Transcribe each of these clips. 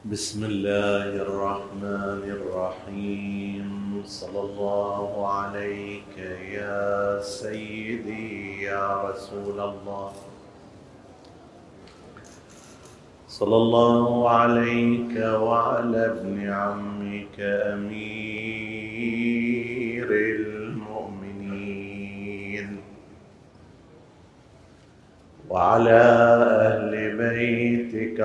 بسم الله الرحمن الرحيم. صلى الله عليك يا سيدي يا رسول الله، صلى الله عليك وعلى ابن عمك أمير المؤمنين وعلى أهل بيتك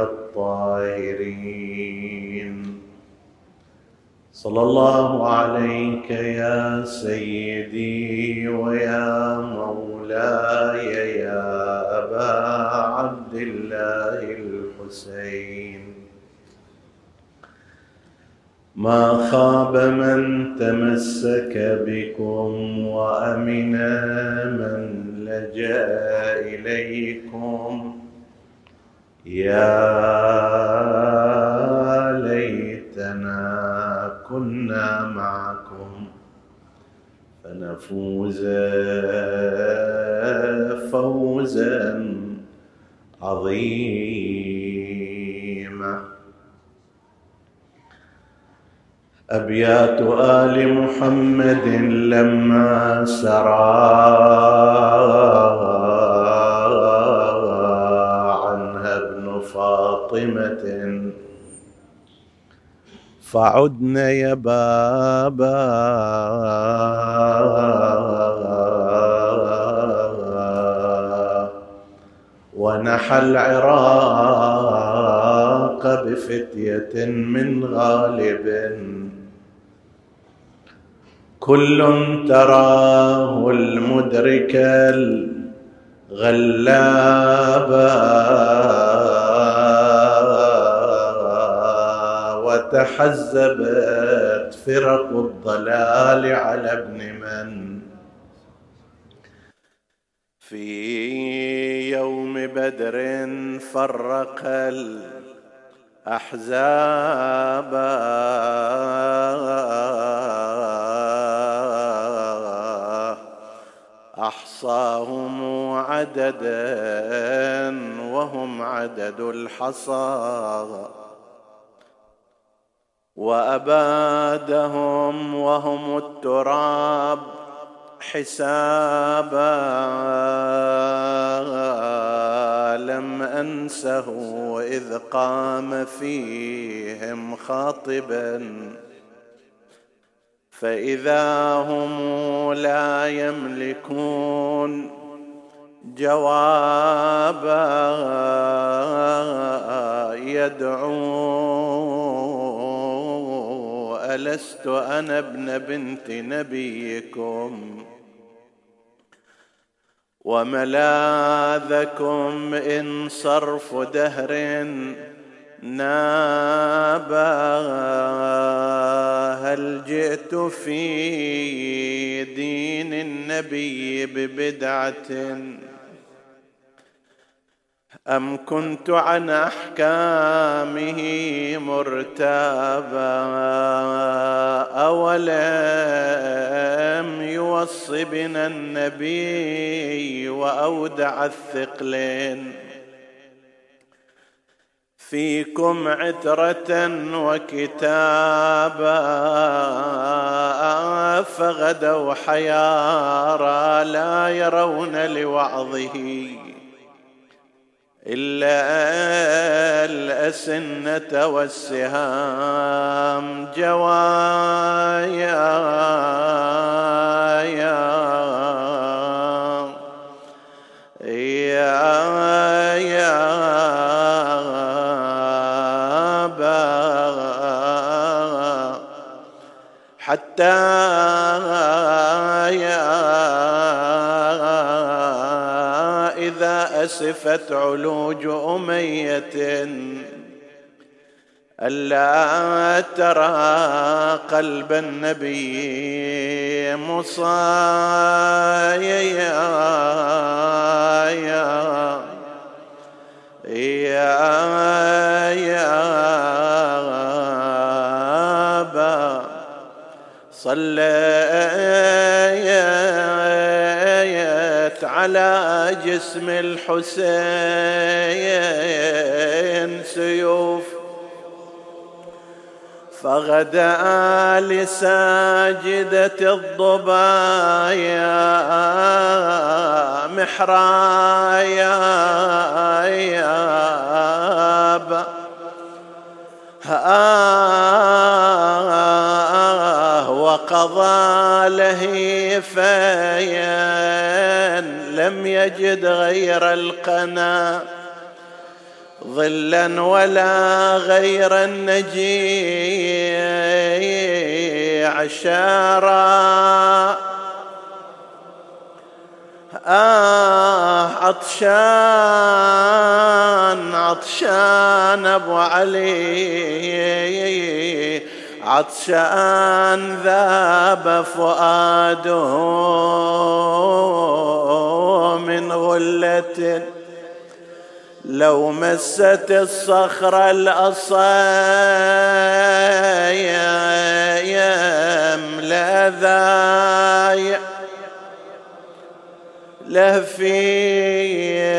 الطاهرين. صلى الله عليك يا سيدي ويا مولاي يا أبا عبد الله الحسين. ما خاب من تمسك بكم وأمن من لجأ إليكم. يا ليتنا كنا معكم فنفوز فوزا عظيما. أبيات آل محمد لما سرى عنها ابن فاطمة فعدن يا بابا ونحى العراق بفتية من غالب كل تراه المدرك الغلابا وتحزبت فرق الضلال على ابن من في يوم بدر فرق الأحزاب أحصاهم عددا وهم عدد الحصى وأبادهم وهم التراب حسابا. لم أنسه إذ قام فيهم خاطبا فإذا هم لا يملكون جوابا يدعو ألست أنا ابن بنت نبيكم وملاذكم إن صرف دهر نابا. هل جئت في دين النبي ببدعة أم كنت عن أحكامه مرتابا؟ أولم يوص بنا النبي وأودع الثقلين فيكم عترة وكتابا فغدوا حيارى لا يرون لوعظه إلا الأسنة والسهام جوايا حتى إذا أسفت علوج أمية ألا ترى قلب النبي مصايا صليت على جسم الحسين سيوف فغدا لساجدة الضبايا محرايا وقضى لهيفين لم يجد غير القنا ظلا ولا غير النجيع شارا عطشان أبو علي عطشان ذاب فؤاده من غلة لو مست الصخر الأصيم لذاي لهفي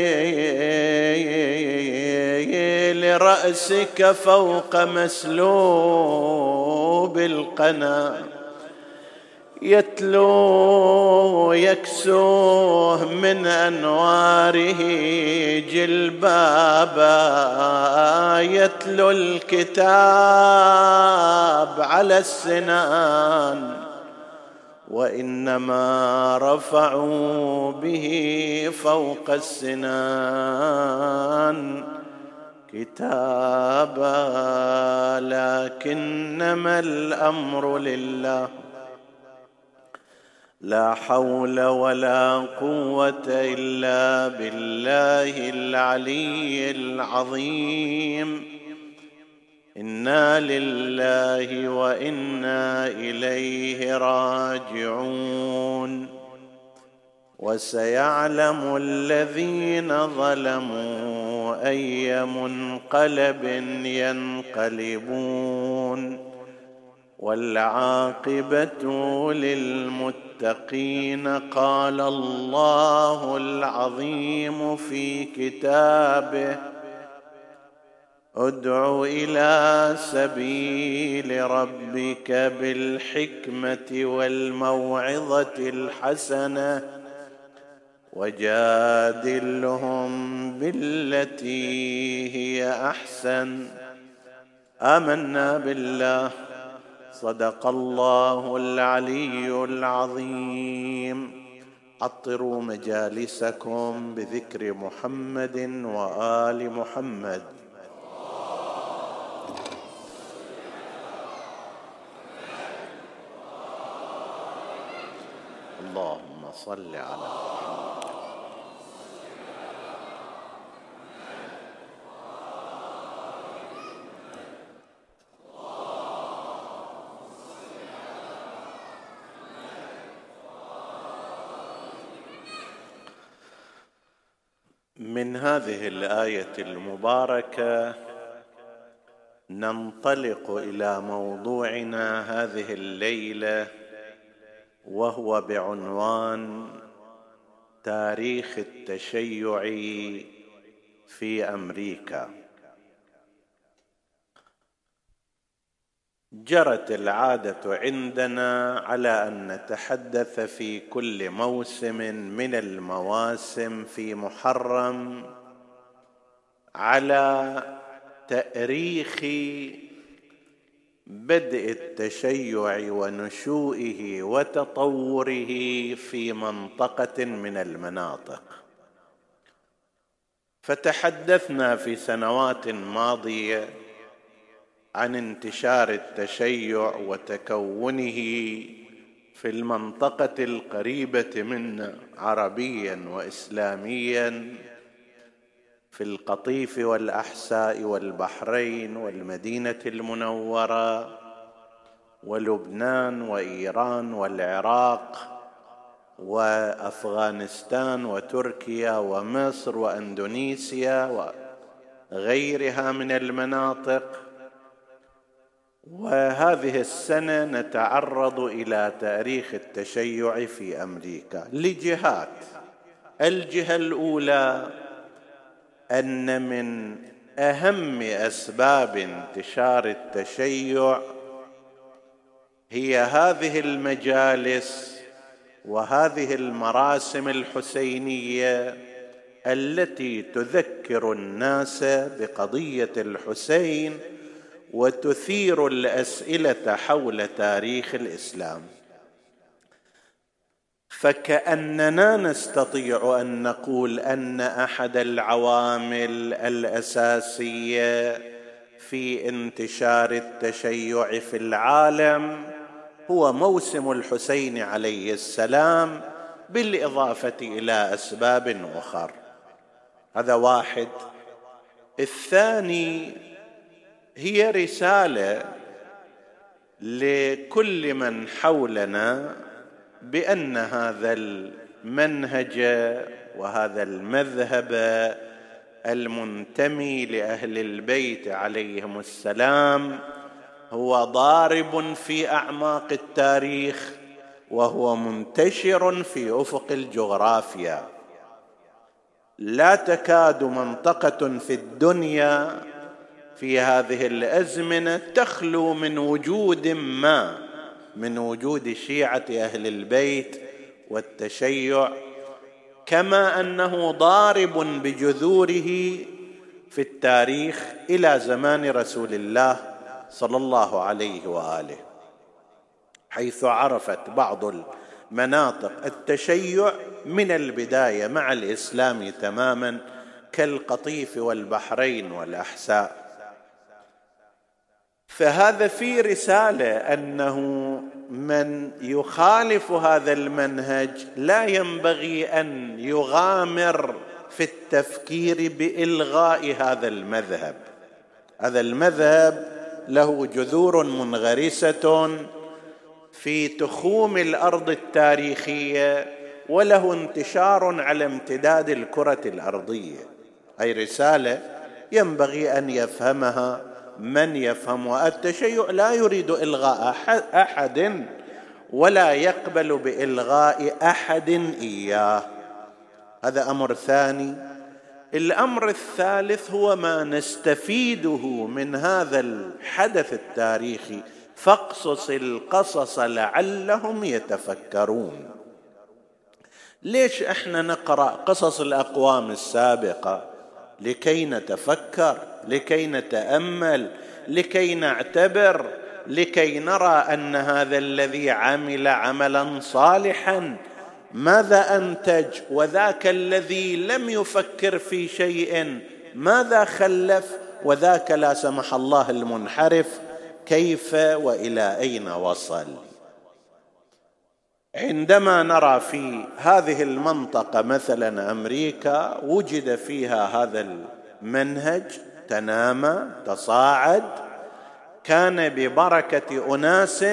لرأسك فوق مسلوب القنا يتلو يكسوه من أنواره جلبابا يتلو الكتاب على السنان وإنما رفعوا به فوق السنان كتابا لكنما الأمر لله لا حول ولا قوة إلا بالله العلي العظيم إنا لله وإنا إليه راجعون وسيعلم الذين ظلموا أي منقلب ينقلبون والعاقبة للمتقين قال الله العظيم في كتابه ادع إلى سبيل ربك بالحكمة والموعظة الحسنة وجادلهم بالتي هي أحسن آمنا بالله صدق الله العلي العظيم عطروا مجالسكم بذكر محمد وآل محمد اللهم صل على محمد. من هذه الآية المباركة ننطلق إلى موضوعنا هذه الليلة وهو بعنوان تاريخ التشيع في أمريكا. جرت العادة عندنا على أن نتحدث في كل موسم من المواسم في محرم على تاريخ بدء التشيع ونشوئه وتطوره في منطقة من المناطق. فتحدثنا في سنوات ماضية عن انتشار التشيع وتكونه في المنطقة القريبة منا عربيا وإسلاميا في القطيف والأحساء والبحرين والمدينة المنورة ولبنان وإيران والعراق وأفغانستان وتركيا ومصر وأندونيسيا وغيرها من المناطق. وهذه السنة نتعرض إلى تاريخ التشيع في أمريكا لجهات. الجهة الأولى أن من أهم أسباب انتشار التشيع هي هذه المجالس وهذه المراسم الحسينية التي تذكر الناس بقضية الحسين وتثير الأسئلة حول تاريخ الإسلام. فكأننا نستطيع أن نقول أن أحد العوامل الأساسية في انتشار التشيع في العالم هو موسم الحسين عليه السلام، بالإضافة إلى أسباب أخرى. هذا واحد. الثاني هي رسالة لكل من حولنا بأن هذا المنهج وهذا المذهب المنتمي لأهل البيت عليهم السلام هو ضارب في أعماق التاريخ، وهو منتشر في أفق الجغرافيا. لا تكاد منطقة في الدنيا في هذه الأزمنة تخلو من وجود ما من وجود شيعة أهل البيت والتشيع، كما أنه ضارب بجذوره في التاريخ إلى زمان رسول الله صلى الله عليه وآله، حيث عرفت بعض المناطق التشيع من البداية مع الإسلام تماما، كالقطيف والبحرين والأحساء. فهذا في رسالة أنه من يخالف هذا المنهج لا ينبغي أن يغامر في التفكير بإلغاء هذا المذهب. هذا المذهب له جذور منغرسة في تخوم الأرض التاريخية، وله انتشار على امتداد الكرة الأرضية. أي رسالة ينبغي أن يفهمها من يفهم. التشيع لا يريد إلغاء أحد ولا يقبل بإلغاء أحد إياه. هذا أمر ثاني. الأمر الثالث هو ما نستفيده من هذا الحدث التاريخي، فاقصص القصص لعلهم يتفكرون. ليش احنا نقرأ قصص الأقوام السابقة؟ لكي نتفكر، لكي نتأمل، لكي نعتبر، لكي نرى أن هذا الذي عمل عملا صالحا ماذا أنتج، وذاك الذي لم يفكر في شيء ماذا خلف، وذاك لا سمح الله المنحرف كيف وإلى أين وصل. عندما نرى في هذه المنطقة مثلا أمريكا وجد فيها هذا المنهج تنامى تصاعد، كان ببركة أناس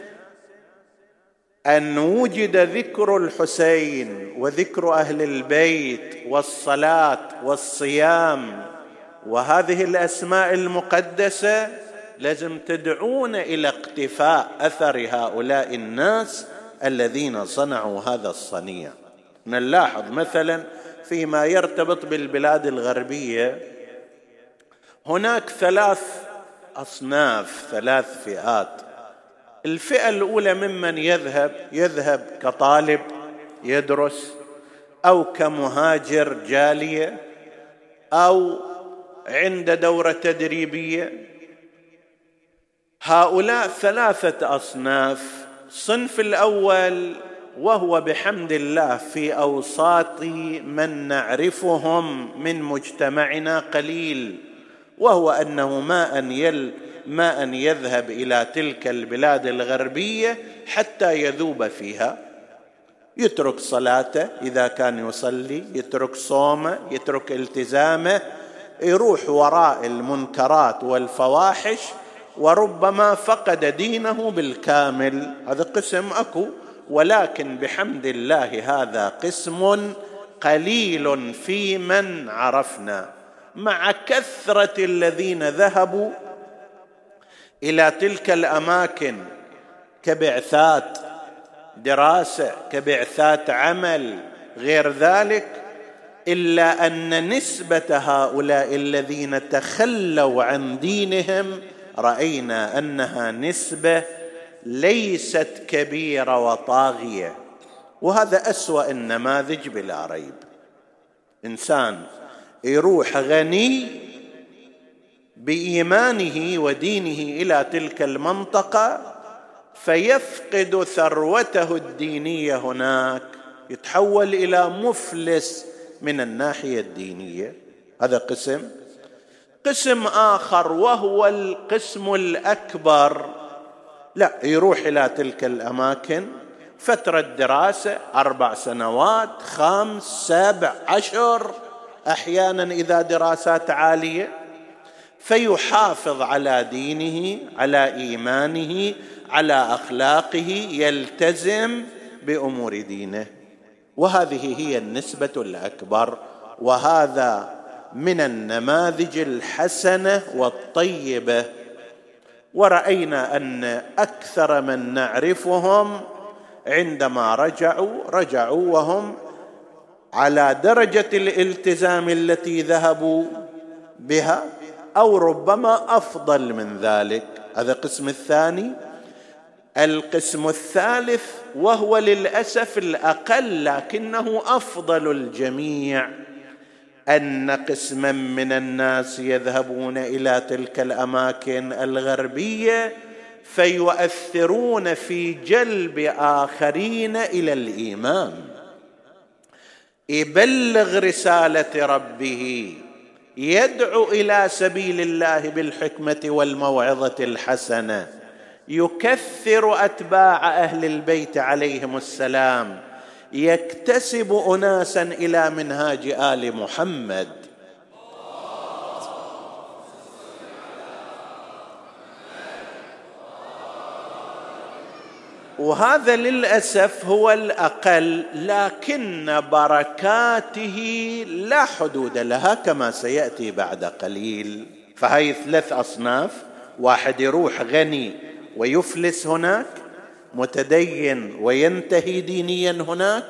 أن وجد ذكر الحسين وذكر أهل البيت والصلاة والصيام وهذه الأسماء المقدسة، لازم تدعون إلى اقتفاء أثر هؤلاء الناس الذين صنعوا هذا الصنيع. نلاحظ مثلا فيما يرتبط بالبلاد الغربية هناك 3 أصناف، 3 فئات. الفئة الأولى ممن يذهب كطالب يدرس، أو كمهاجر جالية، أو عند دورة تدريبية. هؤلاء 3 أصناف. الصنف الأول وهو بحمد الله في أوساط من نعرفهم من مجتمعنا قليل، وهو أنه ما أن يذهب إلى تلك البلاد الغربية حتى يذوب فيها، يترك صلاته إذا كان يصلي، يترك صومه، يترك التزامه، يروح وراء المنكرات والفواحش، وربما فقد دينه بالكامل. هذا قسم أكو، ولكن بحمد الله هذا قسم قليل في من عرفنا، مع كثرة الذين ذهبوا إلى تلك الأماكن كبعثات دراسة، كبعثات عمل، غير ذلك، إلا أن نسبة هؤلاء الذين تخلوا عن دينهم رأينا أنها نسبة ليست كبيرة وطاغية. وهذا أسوأ النماذج بلا ريب. إنسان يروح غني بإيمانه ودينه إلى تلك المنطقة فيفقد ثروته الدينية هناك، يتحول إلى مفلس من الناحية الدينية. هذا قسم آخر وهو القسم الأكبر، لا، يروح إلى تلك الأماكن فترة دراسة 4 سنوات 5 7 10 أحيانا إذا دراسات عالية، فيحافظ على دينه، على إيمانه، على أخلاقه، يلتزم بأمور دينه. وهذه هي النسبة الأكبر، وهذا من النماذج الحسنة والطيبة. ورأينا أن أكثر من نعرفهم عندما رجعوا وهم على درجة الالتزام التي ذهبوا بها أو ربما أفضل من ذلك. هذا القسم الثاني. القسم الثالث وهو للأسف الأقل لكنه أفضل الجميع، أن قسما من الناس يذهبون إلى تلك الأماكن الغربية فيؤثرون في جلب آخرين إلى الإيمان، يبلغ رسالة ربه، يدعو إلى سبيل الله بالحكمة والموعظة الحسنة، يكثر أتباع أهل البيت عليهم السلام، يكتسب أناسا إلى منهاج آل محمد. وهذا للأسف هو الأقل، لكن بركاته لا حدود لها كما سيأتي بعد قليل. فهي 3 أصناف: واحد يروح غني ويفلس هناك، متدين وينتهي دينيا هناك،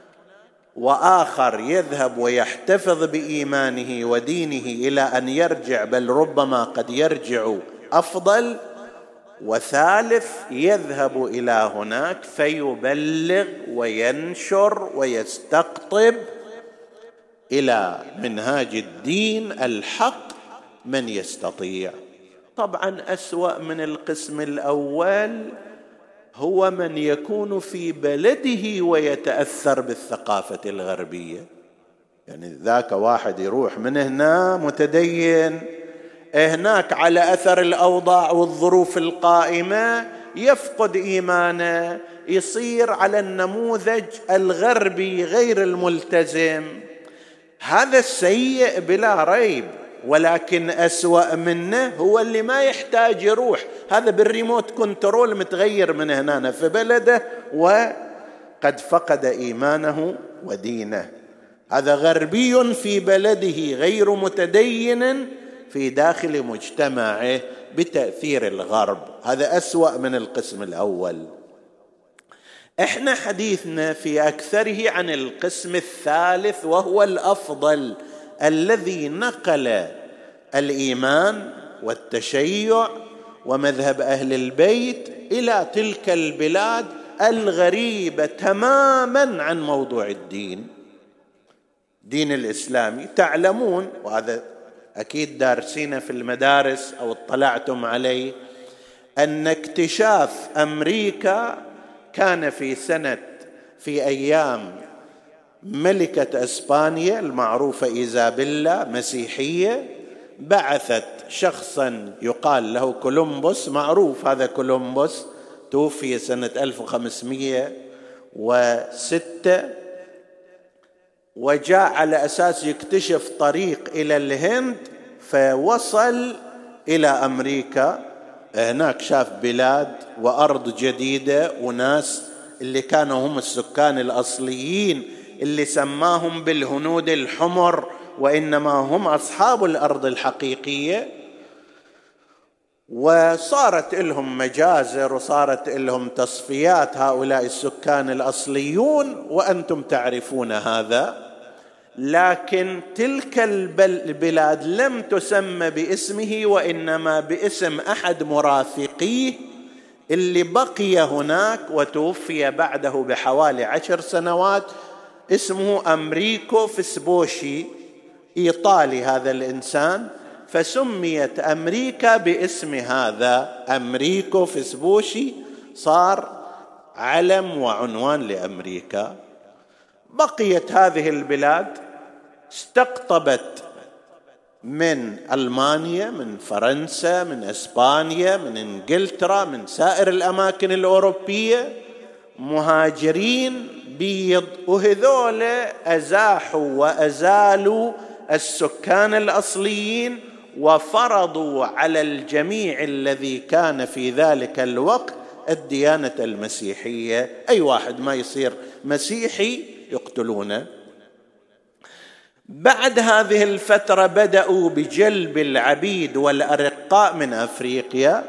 وآخر يذهب ويحتفظ بإيمانه ودينه إلى أن يرجع، بل ربما قد يرجع أفضل، وثالث يذهب إلى هناك فيبلغ وينشر ويستقطب إلى منهاج الدين الحق من يستطيع. طبعا أسوأ من القسم الأول هو من يكون في بلده ويتأثر بالثقافة الغربية. يعني ذاك واحد يروح من هنا متدين، هناك على أثر الأوضاع والظروف القائمة يفقد إيمانه، يصير على النموذج الغربي غير الملتزم. هذا السيء بلا ريب، ولكن أسوأ منه هو اللي ما يحتاج يروح، هذا بالريموت كنترول متغير من هنا في بلده وقد فقد إيمانه ودينه. هذا غربي في بلده غير متدين في داخل مجتمعه بتأثير الغرب. هذا أسوأ من القسم الأول. احنا حديثنا في أكثره عن القسم الثالث وهو الأفضل، الذي نقل الإيمان والتشيع ومذهب أهل البيت إلى تلك البلاد الغريبة تماما عن موضوع الدين الإسلامي. تعلمون، وهذا أكيد دارسين في المدارس أو اطلعتم عليه، أن اكتشاف أمريكا كان في أيام ملكة إسبانيا المعروفة إيزابيلا، مسيحية، بعثت شخصا يقال له كولومبوس، معروف هذا كولومبوس، توفي سنة 1506، وجاء على أساس يكتشف طريق إلى الهند، فوصل إلى أمريكا. هناك شاف بلاد وأرض جديدة وناس اللي كانوا هم السكان الأصليين اللي سماهم بالهنود الحمر، وإنما هم أصحاب الأرض الحقيقية. وصارت لهم مجازر وصارت لهم تصفيات هؤلاء السكان الأصليون، وأنتم تعرفون هذا. لكن تلك البلاد لم تسمى باسمه، وإنما باسم أحد مرافقيه اللي بقي هناك وتوفي بعده بحوالي 10 سنوات، اسمه أمريكو فسبوشي، إيطالي هذا الإنسان، فسميت أمريكا باسم هذا. أمريكو فسبوشي صار علم وعنوان لأمريكا. بقيت هذه البلاد استقطبت من ألمانيا، من فرنسا، من إسبانيا، من إنجلترا، من سائر الأماكن الأوروبية مهاجرين بيض، وهذول أزاحوا وأزالوا السكان الأصليين، وفرضوا على الجميع الذي كان في ذلك الوقت الديانة المسيحية. أي واحد ما يصير مسيحي يقتلونه. بعد هذه الفترة بدأوا بجلب العبيد والأرقاء من أفريقيا.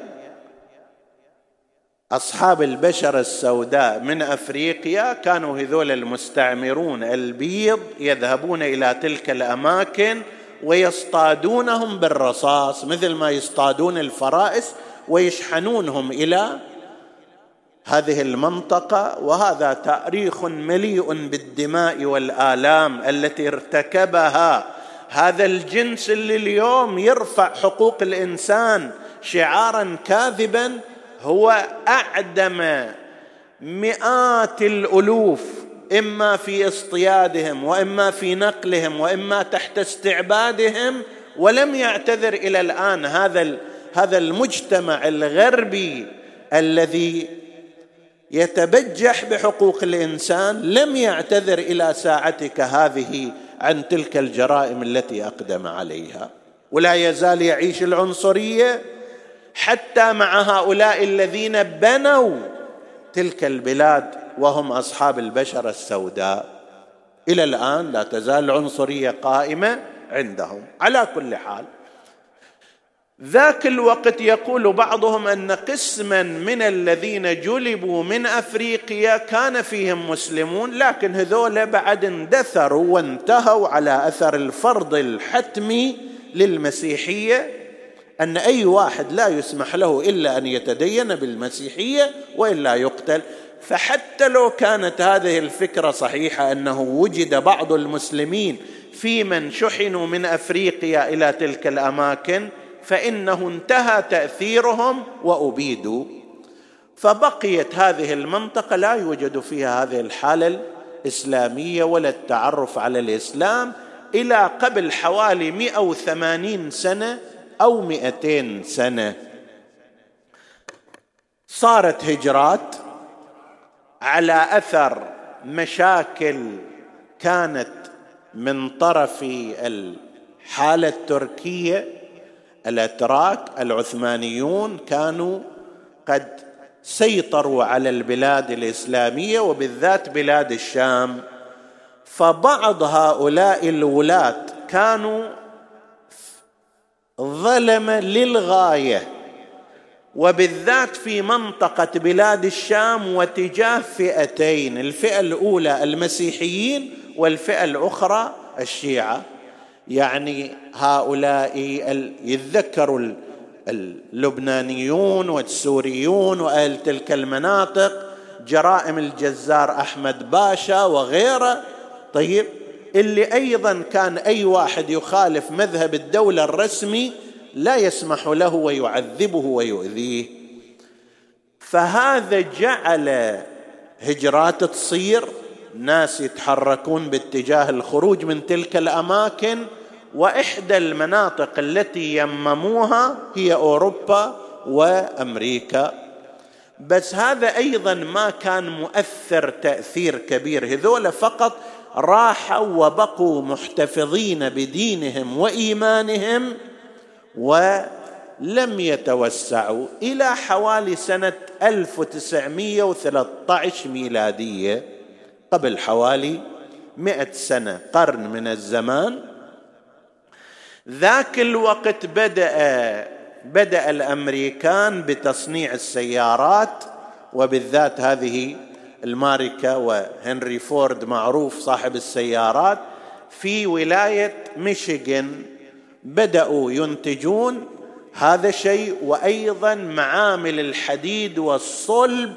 أصحاب البشرة السوداء من أفريقيا كانوا هذول المستعمرون البيض يذهبون إلى تلك الأماكن ويصطادونهم بالرصاص مثل ما يصطادون الفرائس، ويشحنونهم إلى هذه المنطقة. وهذا تاريخ مليء بالدماء والآلام التي ارتكبها هذا الجنس اللي اليوم يرفع حقوق الإنسان شعارا كاذبا. هو أعدم مئات الألوف، إما في اصطيادهم وإما في نقلهم وإما تحت استعبادهم، ولم يعتذر إلى الآن. هذا المجتمع الغربي الذي يتبجح بحقوق الإنسان لم يعتذر إلى ساعتك هذه عن تلك الجرائم التي أقدم عليها. ولا يزال يعيش العنصرية حتى مع هؤلاء الذين بنوا تلك البلاد وهم أصحاب البشرة السوداء. إلى الآن لا تزال العنصرية قائمة عندهم. على كل حال، ذاك الوقت يقول بعضهم أن قسما من الذين جلبوا من أفريقيا كان فيهم مسلمون، لكن هذول بعد اندثروا وانتهوا على أثر الفرض الحتمي للمسيحية، أن أي واحد لا يسمح له إلا أن يتدين بالمسيحية وإلا يقتل. فحتى لو كانت هذه الفكرة صحيحة أنه وجد بعض المسلمين في من شحنوا من أفريقيا إلى تلك الأماكن، فإنه انتهى تأثيرهم وأبيدوا. فبقيت هذه المنطقة لا يوجد فيها هذه الحالة الإسلامية ولا التعرف على الإسلام إلى قبل حوالي 180 سنة أو 200 سنة. صارت هجرات على أثر مشاكل كانت من طرف الحالة التركية. الأتراك العثمانيون كانوا قد سيطروا على البلاد الإسلامية وبالذات بلاد الشام، فبعض هؤلاء الولاة كانوا ظلمة للغاية، وبالذات في منطقة بلاد الشام وتجاه فئتين: الفئة الأولى المسيحيين والفئة الأخرى الشيعة. يعني هؤلاء يتذكروا اللبنانيون والسوريون وأهل تلك المناطق جرائم الجزار أحمد باشا وغيره. طيب، اللي أيضا كان أي واحد يخالف مذهب الدولة الرسمي لا يسمح له ويعذبه ويؤذيه. فهذا جعل هجرات تصير، ناس يتحركون باتجاه الخروج من تلك الأماكن، وإحدى المناطق التي يمموها هي أوروبا وأمريكا. بس هذا أيضا ما كان مؤثر تأثير كبير. هذول فقط راحوا وبقوا محتفظين بدينهم وإيمانهم ولم يتوسعوا إلى حوالي سنة 1913 ميلادية، قبل حوالي 100 سنة، قرن من الزمان. ذاك الوقت بدأ الأمريكان بتصنيع السيارات، وبالذات هذه الماركة، وهنري فورد معروف صاحب السيارات، في ولاية ميشيغان بدأوا ينتجون هذا الشيء، وأيضا معامل الحديد والصلب،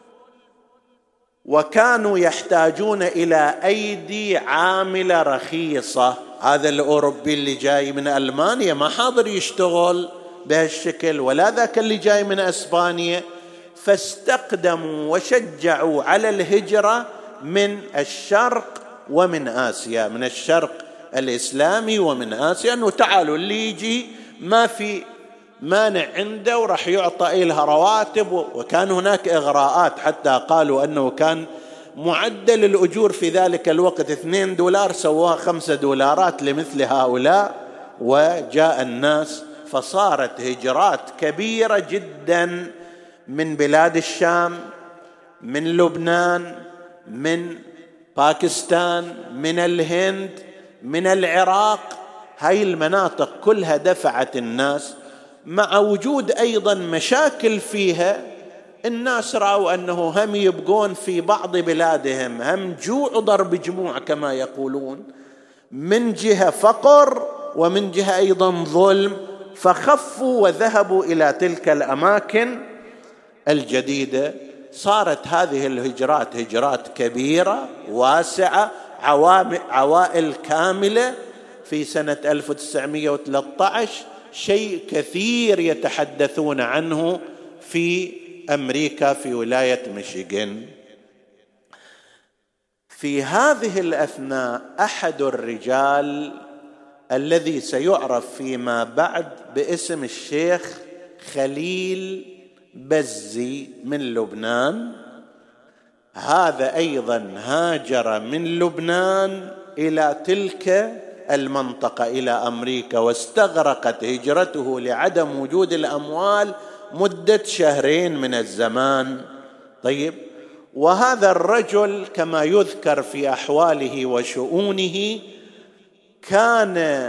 وكانوا يحتاجون إلى أيدي عاملة رخيصة. هذا الأوروبي اللي جاي من ألمانيا ما حاضر يشتغل بهالشكل، ولا ذاك اللي جاي من أسبانيا، فاستقدموا وشجعوا على الهجرة من الشرق ومن آسيا، من الشرق الإسلامي ومن آسيا، أنه تعالوا اللي يجي ما في مانع عنده وراح يعطى إلها رواتب. وكان هناك إغراءات، حتى قالوا أنه كان معدل الأجور في ذلك الوقت $2، سواها $5 لمثل هؤلاء. وجاء الناس، فصارت هجرات كبيرة جدا من بلاد الشام، من لبنان، من باكستان، من الهند، من العراق. هاي المناطق كلها دفعت الناس، مع وجود أيضا مشاكل فيها. الناس رأوا أنه هم يبقون في بعض بلادهم، هم جوع ضرب جموع كما يقولون، من جهة فقر ومن جهة أيضا ظلم، فخفوا وذهبوا إلى تلك الأماكن الجديدة. صارت هذه الهجرات هجرات كبيرة واسعة، عوائل كاملة. في سنة 1913 شيء كثير يتحدثون عنه في أمريكا في ولاية ميشيغان. في هذه الأثناء أحد الرجال الذي سيعرف فيما بعد باسم الشيخ خليل بزي من لبنان، هذا أيضا هاجر من لبنان إلى تلك المنطقة، إلى أمريكا، واستغرقت هجرته لعدم وجود الأموال مدة 2 من الزمان. طيب، وهذا الرجل كما يذكر في أحواله وشؤونه كان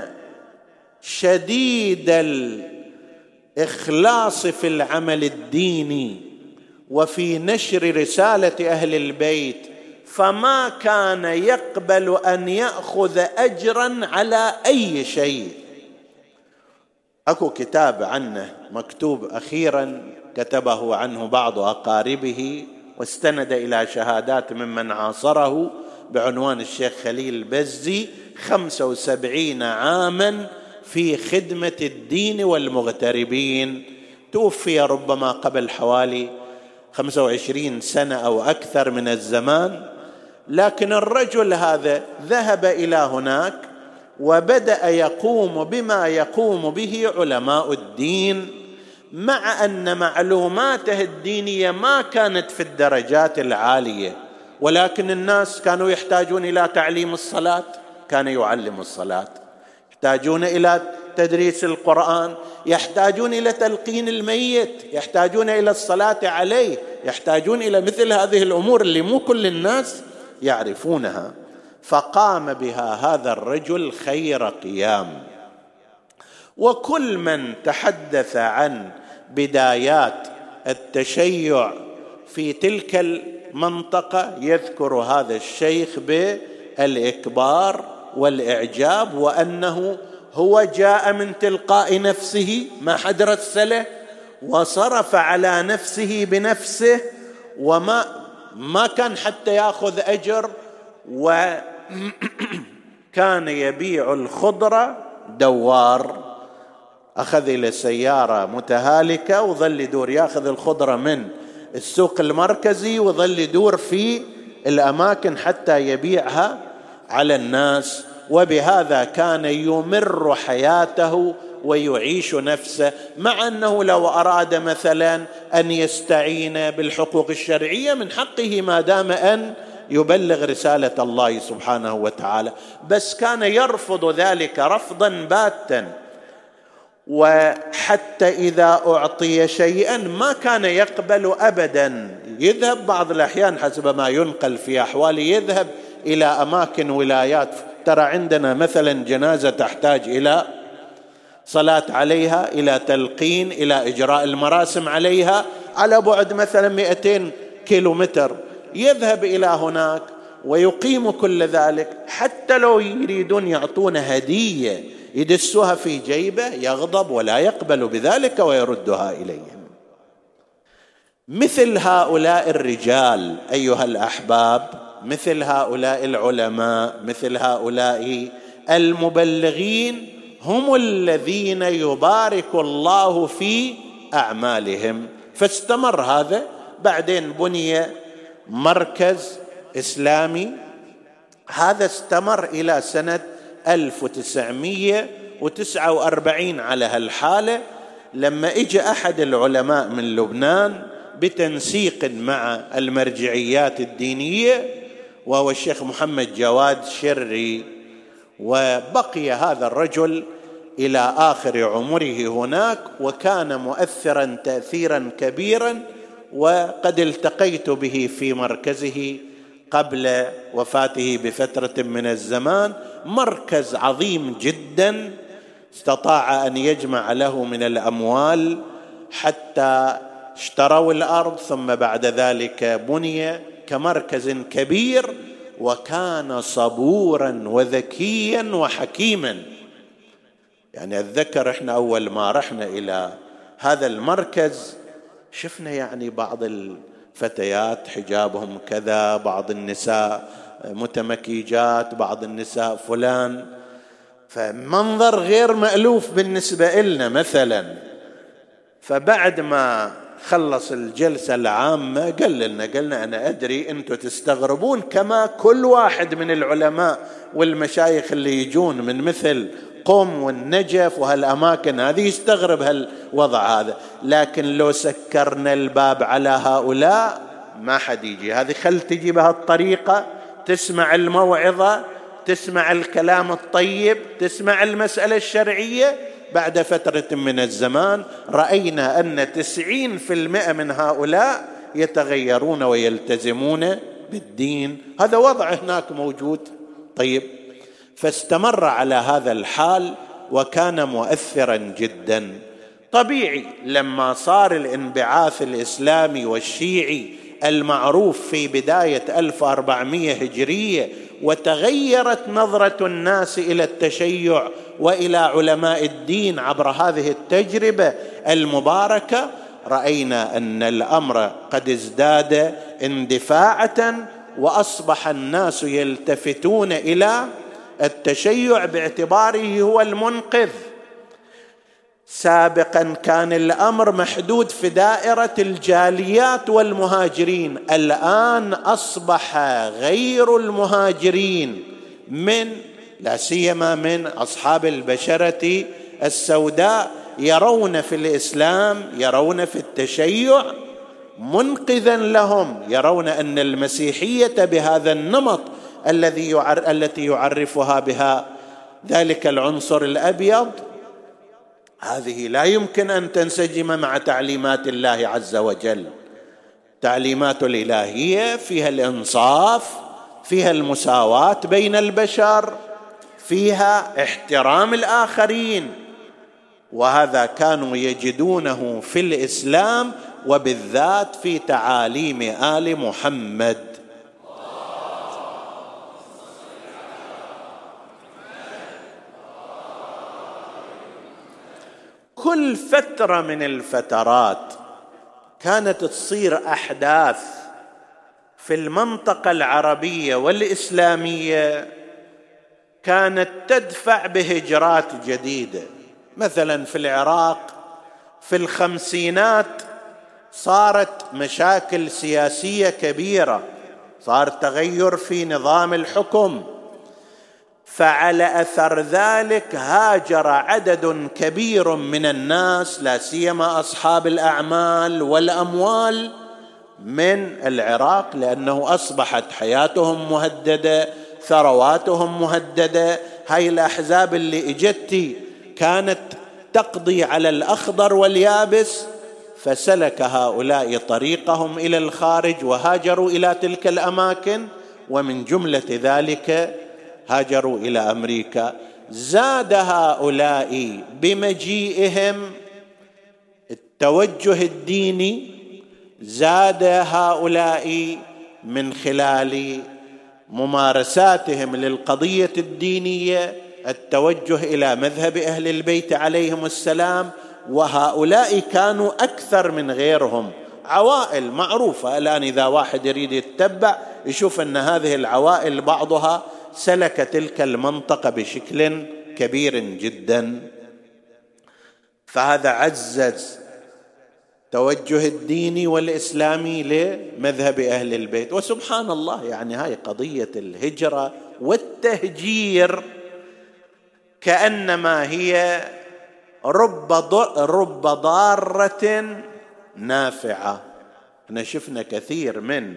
شديد الإخلاص في العمل الديني وفي نشر رسالة أهل البيت، فما كان يقبل أن يأخذ أجرا على أي شيء. أكو كتاب عنه مكتوب أخيرا كتبه عنه بعض أقاربه، واستند إلى شهادات ممن عاصره، بعنوان الشيخ خليل البزي 75 عاما في خدمة الدين والمغتربين. توفي ربما قبل حوالي 25 سنة أو أكثر من الزمان، لكن الرجل هذا ذهب إلى هناك وبدأ يقوم بما يقوم به علماء الدين، مع أن معلوماته الدينية ما كانت في الدرجات العالية، ولكن الناس كانوا يحتاجون إلى تعليم الصلاة، كان يعلم الصلاة، يحتاجون إلى تدريس القرآن، يحتاجون إلى تلقين الميت، يحتاجون إلى الصلاة عليه، يحتاجون إلى مثل هذه الأمور اللي مو كل الناس يعرفونها. فقام بها هذا الرجل خير قيام. وكل من تحدث عن بدايات التشيع في تلك المنطقة يذكر هذا الشيخ بالإكبار والإعجاب، وأنه هو جاء من تلقاء نفسه، ما حد رسله، وصرف على نفسه بنفسه، وما كان حتى يأخذ أجر، وكان يبيع الخضرة دوار. أخذ إلى سيارة متهالكة وظل يدور يأخذ الخضرة من السوق المركزي وظل يدور في الأماكن حتى يبيعها على الناس، وبهذا كان يمر حياته ويعيش نفسه، مع أنه لو أراد مثلا أن يستعين بالحقوق الشرعية من حقه ما دام أن يبلغ رسالة الله سبحانه وتعالى، بس كان يرفض ذلك رفضا باتا. وحتى إذا أعطي شيئا ما كان يقبل أبدا، يذهب بعض الأحيان حسب ما ينقل في أحواله، يذهب إلى أماكن ولايات، ترى عندنا مثلا جنازة تحتاج إلى صلاة عليها، إلى تلقين، إلى إجراء المراسم عليها، على بعد مثلا 200 كيلومتر، يذهب إلى هناك ويقيم كل ذلك، حتى لو يريدون يعطون هدية يدسوها في جيبه يغضب ولا يقبل بذلك ويردها إليهم. مثل هؤلاء الرجال أيها الأحباب، مثل هؤلاء العلماء، مثل هؤلاء المبلغين، هم الذين يبارك الله في أعمالهم. فاستمر هذا. بعدين بني مركز إسلامي، هذا استمر إلى سنة 1949 على هالحالة، لما اجى أحد العلماء من لبنان بتنسيق مع المرجعيات الدينية، وهو الشيخ محمد جواد شري، وبقي هذا الرجل إلى آخر عمره هناك، وكان مؤثرا تأثيرا كبيرا، وقد التقيت به في مركزه قبل وفاته بفترة من الزمان. مركز عظيم جدا، استطاع أن يجمع له من الأموال حتى اشتروا الأرض، ثم بعد ذلك بني كمركز كبير، وكان صبورا وذكيا وحكيما. يعني أتذكر إحنا أول ما رحنا إلى هذا المركز شفنا يعني بعض الفتيات حجابهم كذا، بعض النساء متمكيجات، بعض النساء فلان، فمنظر غير مألوف بالنسبة لنا مثلا. فبعد ما خلص الجلسة العامة قلنا أنا أدري أنتم تستغربون كما كل واحد من العلماء والمشايخ اللي يجون من مثل قم والنجف وهالأماكن هذه يستغرب هالوضع هذا، لكن لو سكرنا الباب على هؤلاء ما حد يجي. هذه خل تجي بهالطريقة، تسمع الموعظة، تسمع الكلام الطيب، تسمع المسألة الشرعية. بعد فترة من الزمان رأينا أن 90% من هؤلاء يتغيرون ويلتزمون بالدين. هذا وضع هناك موجود. طيب، فاستمر على هذا الحال وكان مؤثرا جدا. طبيعي لما صار الانبعاث الإسلامي والشيعي المعروف في بداية 1400 هجرية، وتغيرت نظرة الناس إلى التشيع وإلى علماء الدين عبر هذه التجربة المباركة، رأينا أن الأمر قد ازداد اندفاعة، وأصبح الناس يلتفتون إلى التشيع باعتباره هو المنقذ. سابقا كان الأمر محدود في دائرة الجاليات والمهاجرين، الآن أصبح غير المهاجرين من لا سيما من أصحاب البشرة السوداء يرون في الإسلام، يرون في التشيع منقذا لهم، يرون أن المسيحية بهذا النمط التي يعرفها بها ذلك العنصر الأبيض، هذه لا يمكن أن تنسجم مع تعليمات الله عز وجل. تعليمات الإلهية فيها الإنصاف، فيها المساواة بين البشر، فيها احترام الآخرين، وهذا كانوا يجدونه في الإسلام، وبالذات في تعاليم آل محمد. كل فترة من الفترات كانت تصير أحداث في المنطقة العربية والإسلامية كانت تدفع بهجرات جديدة. مثلا في العراق في الخمسينات صارت مشاكل سياسية كبيرة، صار تغير في نظام الحكم، فعلى أثر ذلك هاجر عدد كبير من الناس، لا سيما أصحاب الأعمال والأموال، من العراق، لأنه أصبحت حياتهم مهددة، ثرواتهم مهددة. هاي الأحزاب اللي اجت كانت تقضي على الأخضر واليابس، فسلك هؤلاء طريقهم إلى الخارج وهاجروا إلى تلك الأماكن، ومن جملة ذلك هاجروا إلى أمريكا. زاد هؤلاء بمجيئهم التوجه الديني، زاد هؤلاء من خلال ممارساتهم للقضية الدينية التوجه إلى مذهب أهل البيت عليهم السلام، وهؤلاء كانوا أكثر من غيرهم، عوائل معروفة الآن إذا واحد يريد يتبع يشوف أن هذه العوائل بعضها سلك تلك المنطقة بشكل كبير جدا. فهذا عزز توجه الديني والإسلامي لمذهب أهل البيت. وسبحان الله يعني هاي قضية الهجرة والتهجير كأنما هي رب ضارة نافعة. احنا شفنا كثير من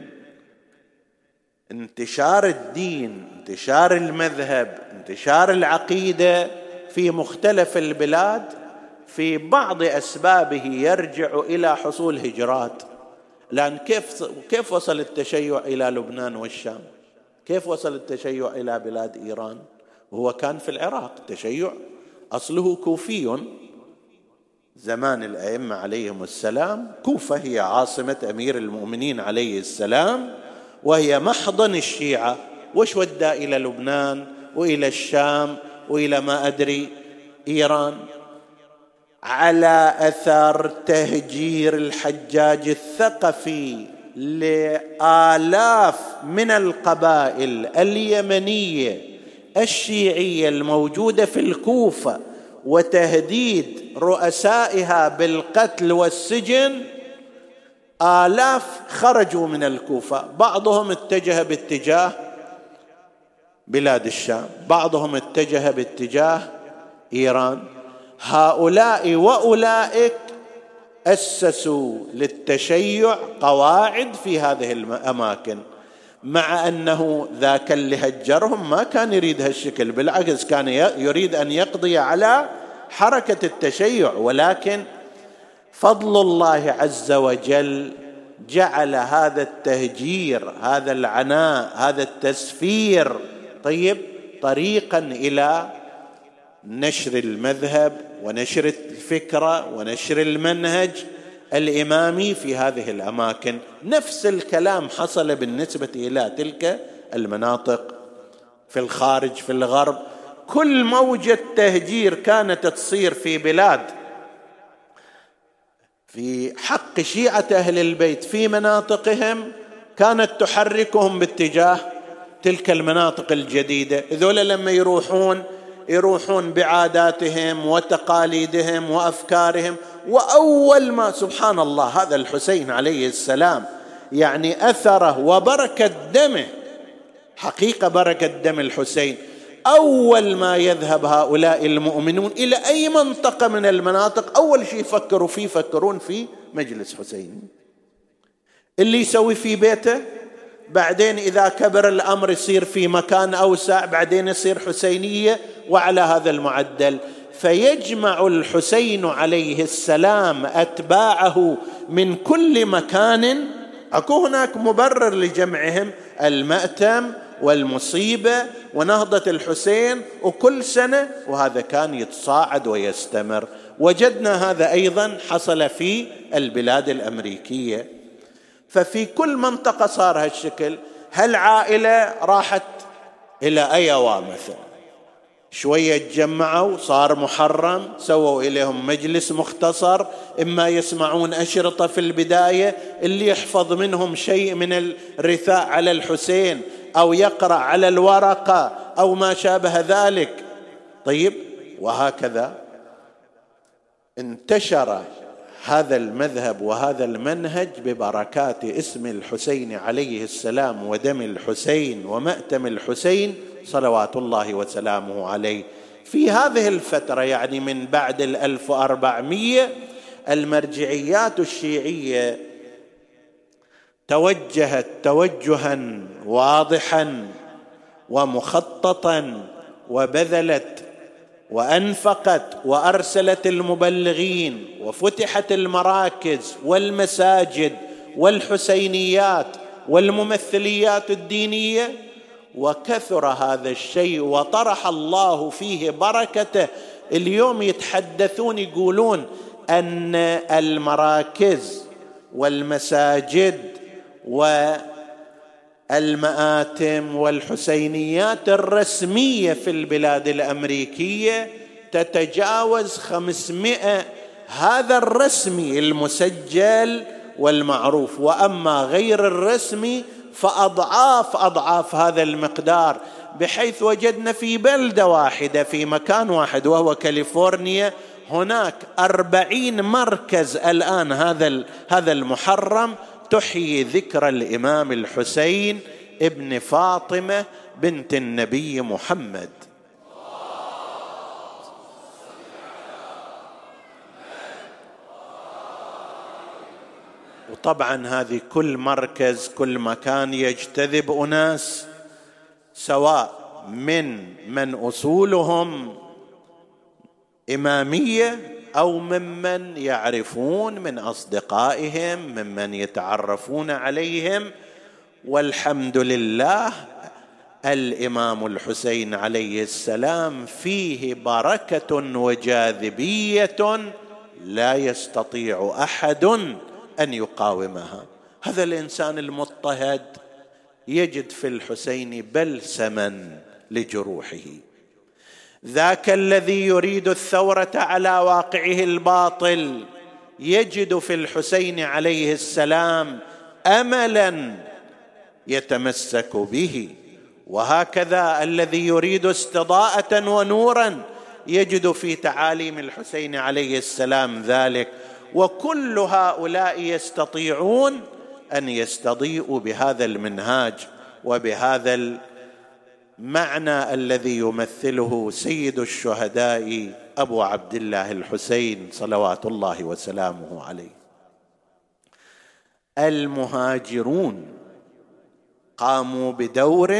انتشار الدين، انتشار المذهب، انتشار العقيدة في مختلف البلاد في بعض أسبابه يرجع إلى حصول هجرات. لأن كيف وصل التشيع إلى لبنان والشام؟ كيف وصل التشيع إلى بلاد إيران؟ وهو كان في العراق. التشيع أصله كوفي، زمان الأئمة عليهم السلام كوفة هي عاصمة أمير المؤمنين عليه السلام، وهي محضن الشيعة. وش ودى إلى لبنان وإلى الشام وإلى ما أدري إيران؟ على أثر تهجير الحجاج الثقفي لآلاف من القبائل اليمنية الشيعية الموجودة في الكوفة وتهديد رؤسائها بالقتل والسجن، آلاف خرجوا من الكوفة. بعضهم اتجه باتجاه بلاد الشام، بعضهم اتجه باتجاه إيران. هؤلاء وأولئك أسسوا للتشيع قواعد في هذه الأماكن، مع أنه ذاك اللي هجرهم ما كان يريد هالشكل، بالعكس كان يريد أن يقضي على حركة التشيع، ولكن فضل الله عز وجل جعل هذا التهجير، هذا العناء، هذا التسفير طريقا إلى نشر المذهب ونشر الفكرة ونشر المنهج الإمامي في هذه الأماكن. نفس الكلام حصل بالنسبة إلى تلك المناطق في الخارج في الغرب. كل موجة تهجير كانت تصير في بلاد في حق شيعة أهل البيت في مناطقهم كانت تحركهم باتجاه تلك المناطق الجديدة. ذولا لما يروحون بعاداتهم وتقاليدهم وأفكارهم، وأول ما سبحان الله هذا الحسين عليه السلام يعني أثره وبركة دمه، حقيقة بركة دم الحسين، أول ما يذهب هؤلاء المؤمنون إلى أي منطقة من المناطق أول شيء يفكرون في مجلس حسين. اللي يسوي في بيته بعدين إذا كبر الأمر يصير في مكان أوسع، بعدين يصير حسينية، وعلى هذا المعدل فيجمع الحسين عليه السلام أتباعه من كل مكان. أكو هناك مبرر لجمعهم، المأتم والمصيبة ونهضة الحسين وكل سنة، وهذا كان يتصاعد ويستمر. وجدنا هذا أيضا حصل في البلاد الأمريكية. ففي كل منطقة صار هالشكل. هالعائلة راحت إلى أيوا مثلا، شوية تجمعوا صار محرم، سووا إليهم مجلس مختصر، إما يسمعون أشرطة في البداية، اللي يحفظ منهم شيء من الرثاء على الحسين أو يقرأ على الورقة أو ما شابه ذلك. وهكذا انتشر هذا المذهب وهذا المنهج ببركات اسم الحسين عليه السلام ودم الحسين ومأتم الحسين صلوات الله وسلامه عليه. في هذه الفترة يعني من بعد 1400 المرجعيات الشيعية توجهت توجها واضحا ومخططا، وبذلت وأنفقت وأرسلت المبلغين، وفتحت المراكز والمساجد والحسينيات والممثليات الدينية، وكثر هذا الشيء وطرح الله فيه بركته. اليوم يتحدثون يقولون أن المراكز والمساجد المآتم والحسينيات الرسمية في البلاد الأمريكية تتجاوز 500. هذا الرسمي المسجل والمعروف، وأما غير الرسمي فأضعاف أضعاف هذا المقدار، بحيث وجدنا في بلدة واحدة في مكان واحد وهو كاليفورنيا هناك 40 مركز الآن هذا المحرم تحيي ذكرى الإمام الحسين ابن فاطمة بنت النبي محمد. وطبعا هذه كل مركز كل مكان يجتذب أناس، سواء من أصولهم إمامية أو ممن يعرفون من أصدقائهم ممن يتعرفون عليهم. والحمد لله الإمام الحسين عليه السلام فيه بركة وجاذبية لا يستطيع أحد أن يقاومها. هذا الإنسان المضطهد يجد في الحسين بلسما لجروحه، ذاك الذي يريد الثورة على واقعه الباطل يجد في الحسين عليه السلام أملا يتمسك به، وهكذا الذي يريد استضاءة ونورا يجد في تعاليم الحسين عليه السلام ذلك. وكل هؤلاء يستطيعون أن يستضيئوا بهذا المنهاج وبهذا المعنى الذي يمثله سيد الشهداء أبو عبد الله الحسين صلوات الله وسلامه عليه. المهاجرون قاموا بدور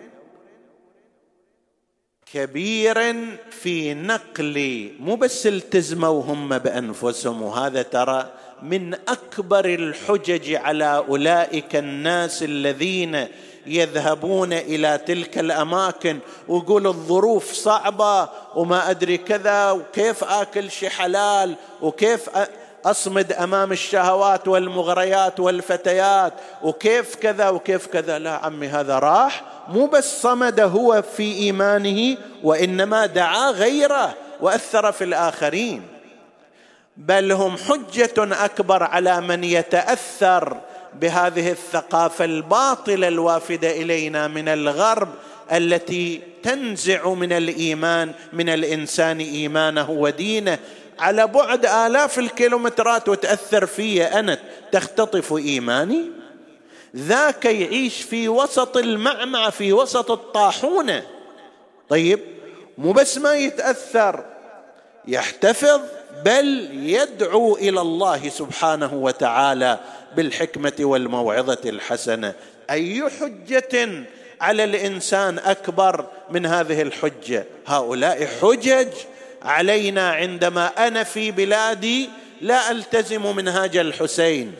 كبير في نقل، مو بس التزموا هم بأنفسهم، وهذا ترى من أكبر الحجج على أولئك الناس الذين يذهبون إلى تلك الأماكن ويقول الظروف صعبة وما أدري كذا، وكيف آكل شيء حلال، وكيف أصمد أمام الشهوات والمغريات والفتيات، وكيف كذا وكيف كذا. لا عمي، هذا راح مو بس صمد هو في إيمانه، وإنما دعا غيره وأثر في الآخرين، بل هم حجة أكبر على من يتأثر بهذه الثقافة الباطلة الوافدة إلينا من الغرب، التي تنزع من الإيمان من الإنسان إيمانه ودينه على بعد آلاف الكيلومترات، وتأثر فيه أنا، تختطف إيماني. ذاك يعيش في وسط المعمعة، في وسط الطاحونة. طيب، مو بس ما يتأثر، يحتفظ، بل يدعو إلى الله سبحانه وتعالى بالحكمة والموعظة الحسنة. أي حجة على الإنسان أكبر من هذه الحجة؟ هؤلاء حجج علينا عندما أنا في بلادي لا ألتزم منهاج الحسين،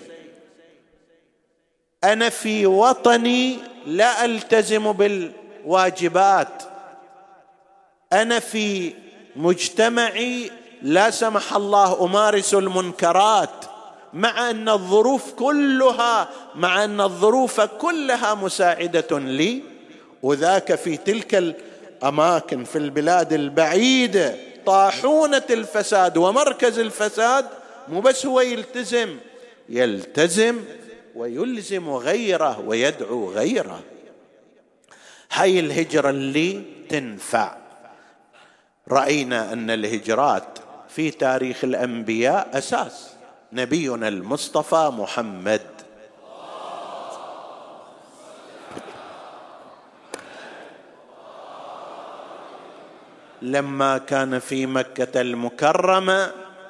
أنا في وطني لا ألتزم بالواجبات، أنا في مجتمعي لا سمح الله أمارس المنكرات، مع أن الظروف كلها مساعدة لي. وذاك في تلك الأماكن في البلاد البعيدة طاحونة الفساد ومركز الفساد، مو بس هو يلتزم ويلزم غيره ويدعو غيره. هاي الهجرة اللي تنفع. رأينا أن الهجرات في تاريخ الأنبياء أساس نبينا المصطفى محمد لما كان في مكة المكرمة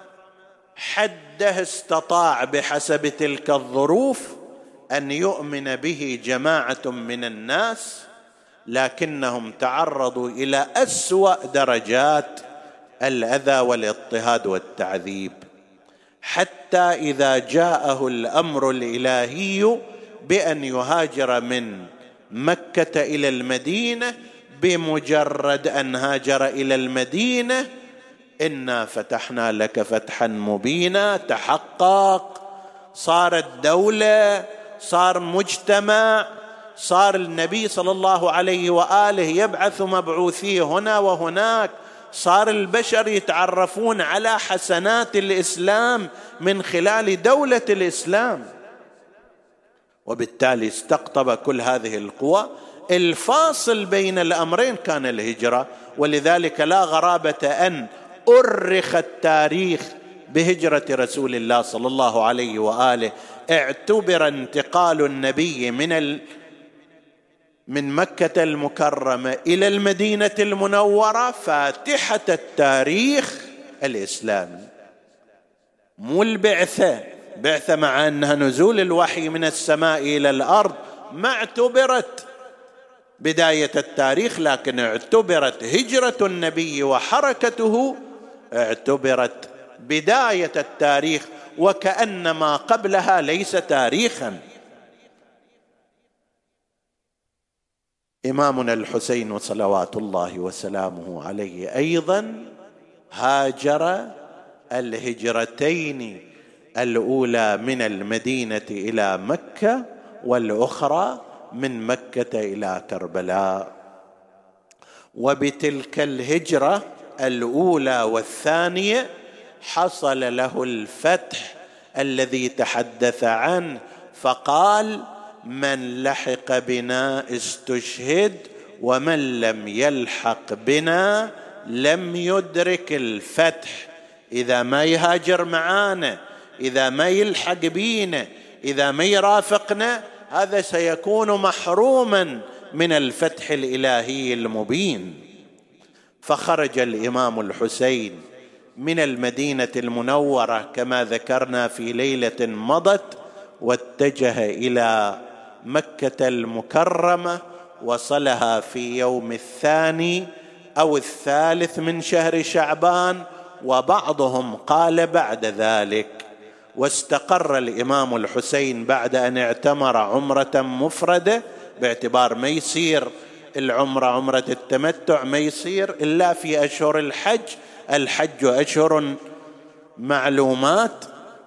حده استطاع بحسب تلك الظروف أن يؤمن به جماعة من الناس، لكنهم تعرضوا إلى أسوأ درجات الأذى والاضطهاد والتعذيب، حتى إذا جاءه الأمر الإلهي بأن يهاجر من مكة إلى المدينة، بمجرد أن هاجر إلى المدينة إنا فتحنا لك فتحا مبينا، تحقق، صارت دولة، صار مجتمع، صار النبي صلى الله عليه وآله يبعث مبعوثيه هنا وهناك، صار البشر يتعرفون على حسنات الإسلام من خلال دولة الإسلام، وبالتالي استقطب كل هذه القوى. الفاصل بين الأمرين كان الهجرة، ولذلك لا غرابة أن أرخ التاريخ بهجرة رسول الله صلى الله عليه وآله. اعتبر انتقال النبي من مكة المكرمة إلى المدينة المنورة فاتحة التاريخ الإسلامي، مو البعثة. بعثة مع أنها نزول الوحي من السماء إلى الأرض ما اعتبرت بداية التاريخ، لكن اعتبرت هجرة النبي وحركته اعتبرت بداية التاريخ، وكأن ما قبلها ليس تاريخا. إمامنا الحسين صلوات الله وسلامه عليه أيضا هاجر الهجرتين، الأولى من المدينة إلى مكة والأخرى من مكة إلى كربلاء. وبتلك الهجرة الأولى والثانية حصل له الفتح الذي تحدث عنه، فقال: من لحق بنا استشهد ومن لم يلحق بنا لم يدرك الفتح. إذا ما يهاجر معانا، إذا ما يلحق بينا، إذا ما يرافقنا، هذا سيكون محروما من الفتح الإلهي المبين. فخرج الإمام الحسين من المدينة المنورة كما ذكرنا في ليلة مضت، واتجه إلى مكة المكرمة، وصلها في يوم 2 أو 3 من شهر شعبان، وبعضهم قال بعد ذلك. واستقر الإمام الحسين بعد أن اعتمر عمرة مفردة، باعتبار ما يصير العمرة عمرة التمتع ما يصير إلا في أشهر الحج. الحج أشهر معلومات،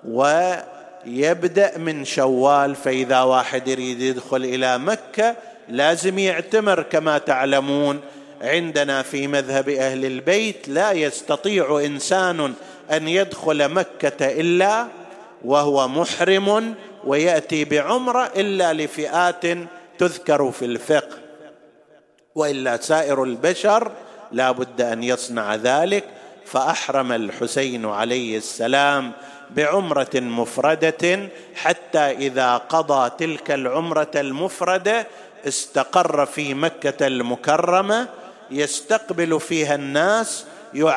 ويبدأ من شوال، فإذا واحد يريد يدخل إلى مكة لازم يعتمر. كما تعلمون عندنا في مذهب أهل البيت لا يستطيع إنسان أن يدخل مكة إلا وهو محرم ويأتي بعمرة إلا لفئات تذكر في الفقه، وإلا سائر البشر لا بد أن يصنع ذلك. فأحرم الحسين عليه السلام بعمرة مفردة، حتى إذا قضى تلك العمرة المفردة استقر في مكة المكرمة، يستقبل فيها الناس،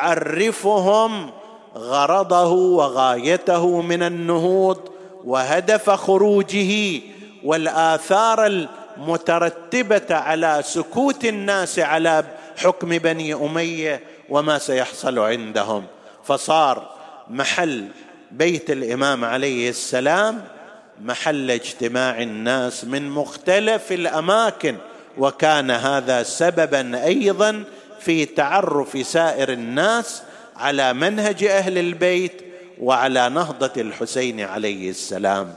يعرفهم غرضه وغايته من النهوض وهدف خروجه، والآثار المترتبة على سكوت الناس على حكم بني أمية وما سيحصل عندهم. فصار محل بيت الإمام عليه السلام محل اجتماع الناس من مختلف الأماكن، وكان هذا سببا أيضا في تعرف سائر الناس على منهج أهل البيت وعلى نهضة الحسين عليه السلام.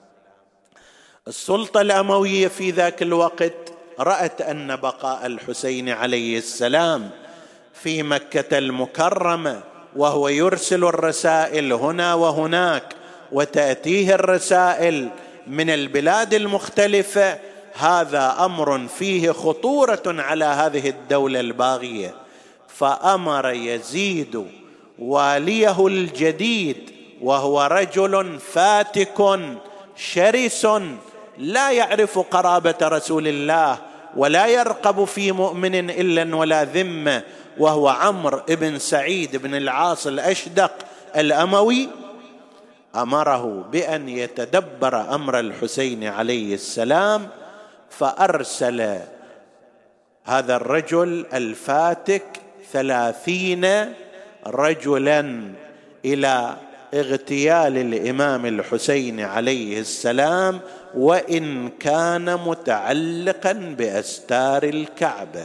السلطة الأموية في ذاك الوقت رأت أن بقاء الحسين عليه السلام في مكة المكرمة وهو يرسل الرسائل هنا وهناك وتأتيه الرسائل من البلاد المختلفة، هذا أمر فيه خطورة على هذه الدولة الباغية. فأمر يزيد واليه الجديد، وهو رجل فاتك شرس لا يعرف قرابة رسول الله ولا يرقب في مؤمن إلا ولا ذمة، وهو عمرو بن سعيد بن العاص الأشدق الأموي، أمره بأن يتدبر أمر الحسين عليه السلام. فأرسل هذا الرجل الفاتك 30 رجلا إلى اغتيال الإمام الحسين عليه السلام، وإن كان متعلقا بأستار الكعبة.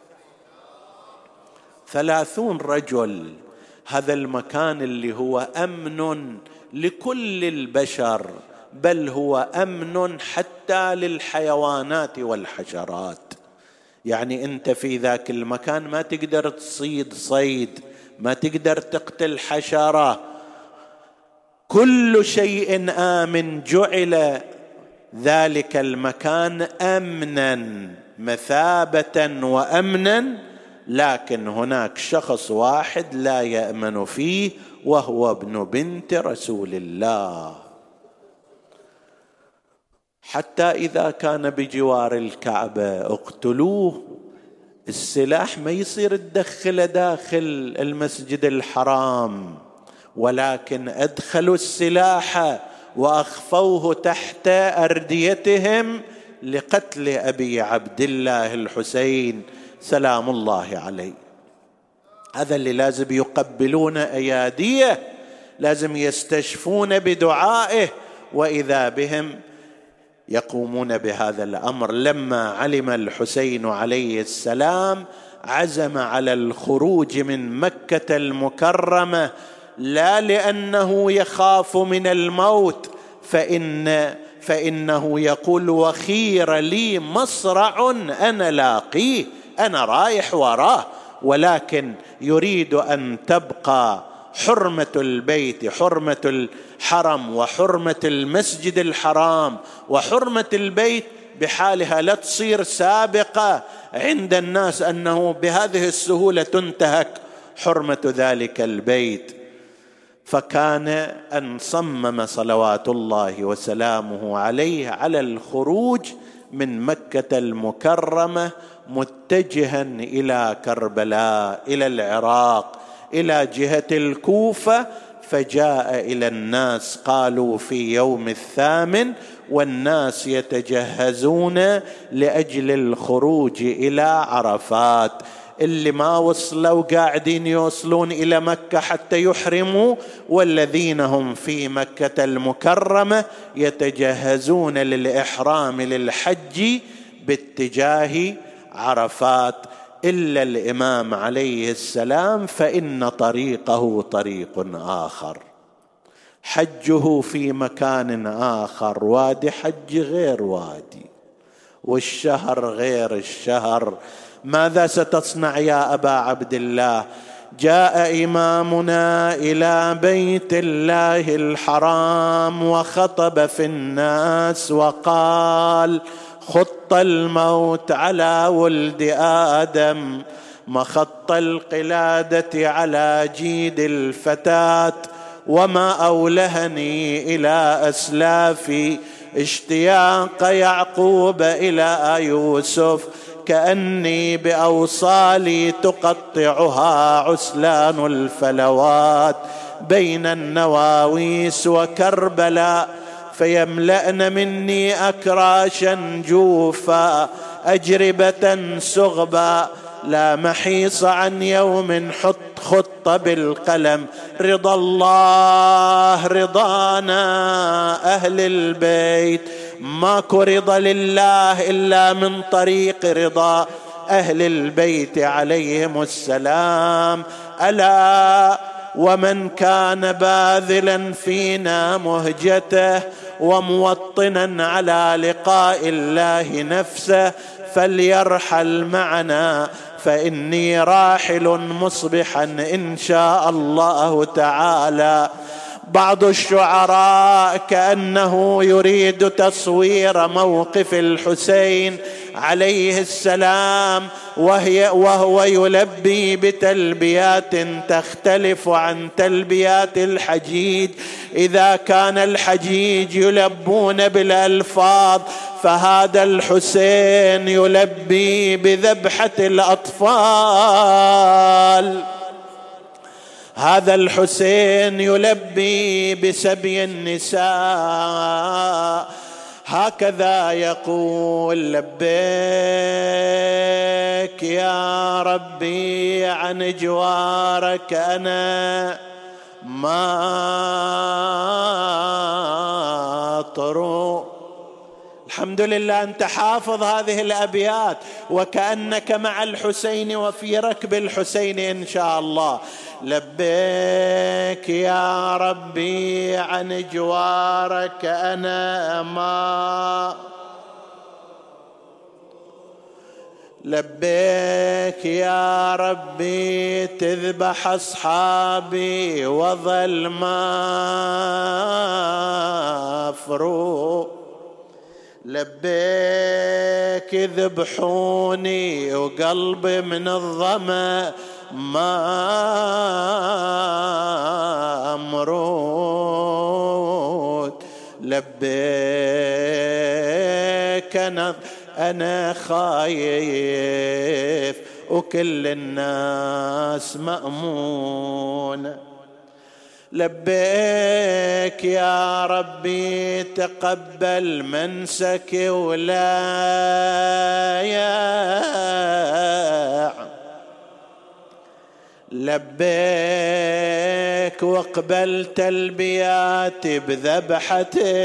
30 رجل. هذا المكان اللي هو أمن لكل البشر بل هو أمن حتى للحيوانات والحشرات. يعني أنت في ذاك المكان ما تقدر تصيد صيد، ما تقدر تقتل حشرة، كل شيء آمن. جعل ذلك المكان أمنا مثابة وأمنا، لكن هناك شخص واحد لا يأمن فيه، وهو ابن بنت رسول الله. حتى إذا كان بجوار الكعبة اقتلوه، السلاح ما يصير تدخله داخل المسجد الحرام، ولكن أدخلوا السلاح وأخفوه تحت أرديتهم لقتل أبي عبد الله الحسين سلام الله عليه. هذا اللي لازم يقبلون أياديه، لازم يستشفون بدعائه، وإذا بهم يقومون بهذا الأمر. لما علم الحسين عليه السلام عزم على الخروج من مكة المكرمة، لا لأنه يخاف من الموت، فإنه يقول: وخير لي مصرع أنا لاقيه، أنا رايح وراه، ولكن يريد أن تبقى حرمة البيت، حرمة الحرم، وحرمة المسجد الحرام، وحرمة البيت بحالها، لا تصير سابقة عند الناس أنه بهذه السهولة تنتهك حرمة ذلك البيت. فكان أن صمم صلوات الله وسلامه عليه على الخروج من مكة المكرمة متجها إلى كربلاء، إلى العراق، إلى جهة الكوفة. فجاء إلى الناس، قالوا في يوم 8 والناس يتجهزون لأجل الخروج إلى عرفات. اللي ما وصلوا قاعدين يوصلون إلى مكة حتى يحرموا، والذين هم في مكة المكرمة يتجهزون للإحرام للحج باتجاه عرفات. إلا الإمام عليه السلام فإن طريقه طريق آخر، حجه في مكان آخر، وادي حج غير وادي، والشهر غير الشهر. ماذا ستصنع يا أبا عبد الله؟ جاء إمامنا إلى بيت الله الحرام وخطب في الناس وقال: خط الموت على ولد آدم، مخط القلادة على جيد الفتاة، وما أولهني إلى أسلافي اشتياق يعقوب إلى يوسف، كأني بأوصالي تقطعها عسلان الفلوات بين النواويس وكربلاء، فيملأن مني أكراشا جوفا أجربة سغبا، لا محيص عن يوم خط بالقلم، رضا الله رضانا أهل البيت، ماكو رضا لله إلا من طريق رضا أهل البيت عليهم السلام. ألا ومن كان باذلا فينا مهجته وموطنا على لقاء الله نفسه فليرحل معنا، فإني راحل مصبحا إن شاء الله تعالى. بعض الشعراء كأنه يريد تصوير موقف الحسين عليه السلام وهو يلبي بتلبيات تختلف عن تلبيات الحجيج. إذا كان الحجيج يلبون بالألفاظ، فهذا الحسين يلبي بذبحة الأطفال، هذا الحسين يلبي بسبي النساء. هكذا يقول: لبيك يا ربي عن جوارك أنا ما طرو. الحمد لله أنت حافظ هذه الأبيات: وكأنك مع الحسين وفي ركب الحسين إن شاء الله. لبيك يا ربي عن جوارك أنا ما، لبيك يا ربي تذبح أصحابي وظل مفروق، لبيك ذبحوني وقلبي من الظما ممرود، لبيك أنا خايف وكل الناس مأمون، لبيك يا ربي تقبل منسكي ولا لبيك واقبل تلبياتي بذبحة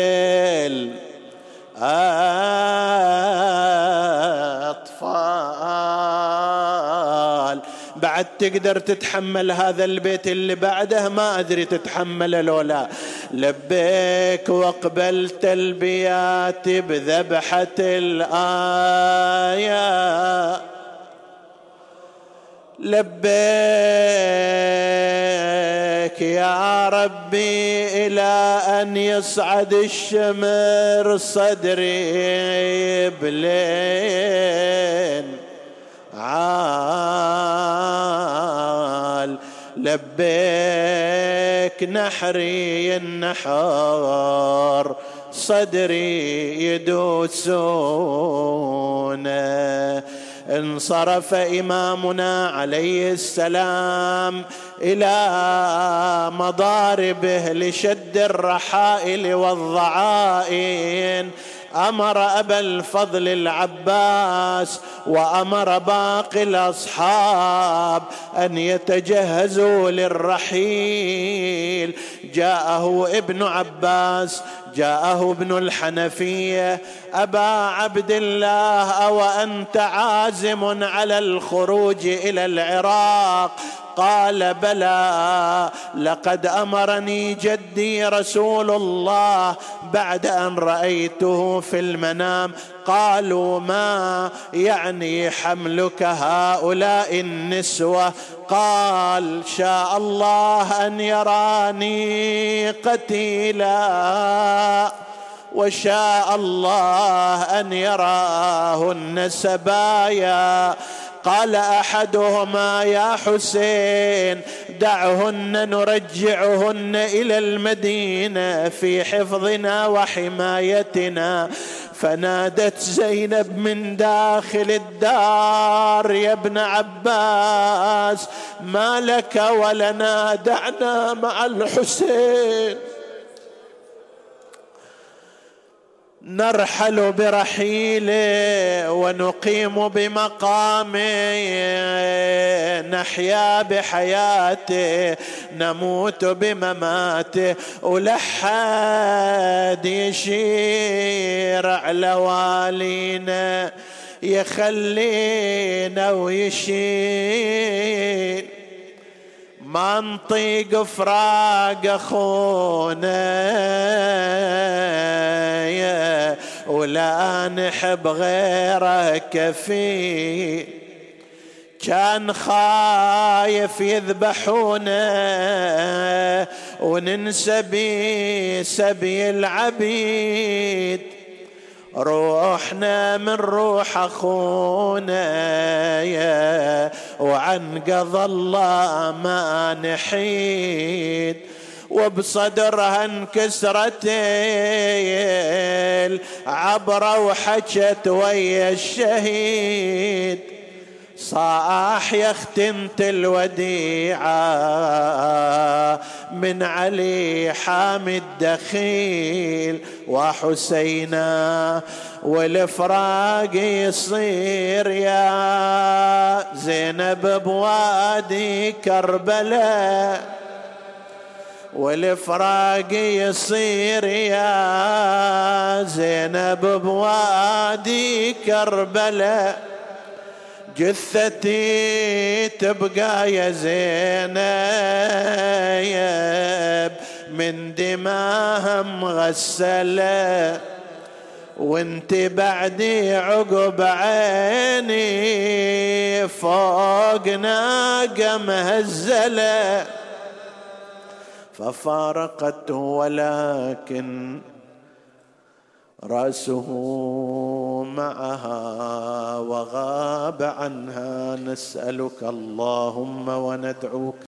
الأطفال. بعد تقدر تتحمل هذا البيت اللي بعده؟ ما أدري تتحمله لو لا. لبيك واقبل تلبياتي بذبحة الآية، لبيك يا ربي إلى أن يصعد الشمر صدري بلين عال، لبيك نحري النحر صدري يدوسونه. انصرف إمامنا عليه السلام إلى مضاربه لشد الرحائل والضعائن، أمر أبا الفضل العباس وأمر باقي الأصحاب أن يتجهزوا للرحيل. جاءه ابن عباس، جاءه ابن الحنفية: أبا عبد الله، أو أنت عازم على الخروج إلى العراق؟ قال: بلى، لقد أمرني جدي رسول الله بعد أن رأيته في المنام. قالوا: ما يعني حملك هؤلاء النسوة؟ قال: شاء الله أن يراني قتيلا، وشاء الله أن يراهن سبايا. قال أحدهما: يا حسين، دعهن نرجعهن إلى المدينة في حفظنا وحمايتنا. فنادت زينب من داخل الدار: يا ابن عباس، ما لك ولنا؟ دعنا مع الحسين نرحل برحيله ونقيم بمقامه، نحيا بحياته نموت بمماته. ولحد يشير على والينا يخلينا ويشيل، ما نطيق فراق أخونا ولا نحب غيره كفيل. كان خايف يذبحونا وننسى بسبي العبيد، روحنا من روح أخونا وعن قضى الله ما نحيد. وبصدرها انكسرت العبرة وحكت ويا الشهيد، صاح يا ختمت الوديعة من علي حامد دخيل وحسينا، والفراق يصير يا زينب بوادي كربلاء، والفراق يصير يا زينب بوادي كربلاء، جثتي تبقى يا زينب من دماها مغسلة، وانت بعدي عقب عيني فوق ناقة مهزلة. ففارقته ولكن رأسه معها وغاب عنها. نسألك اللهم وندعوك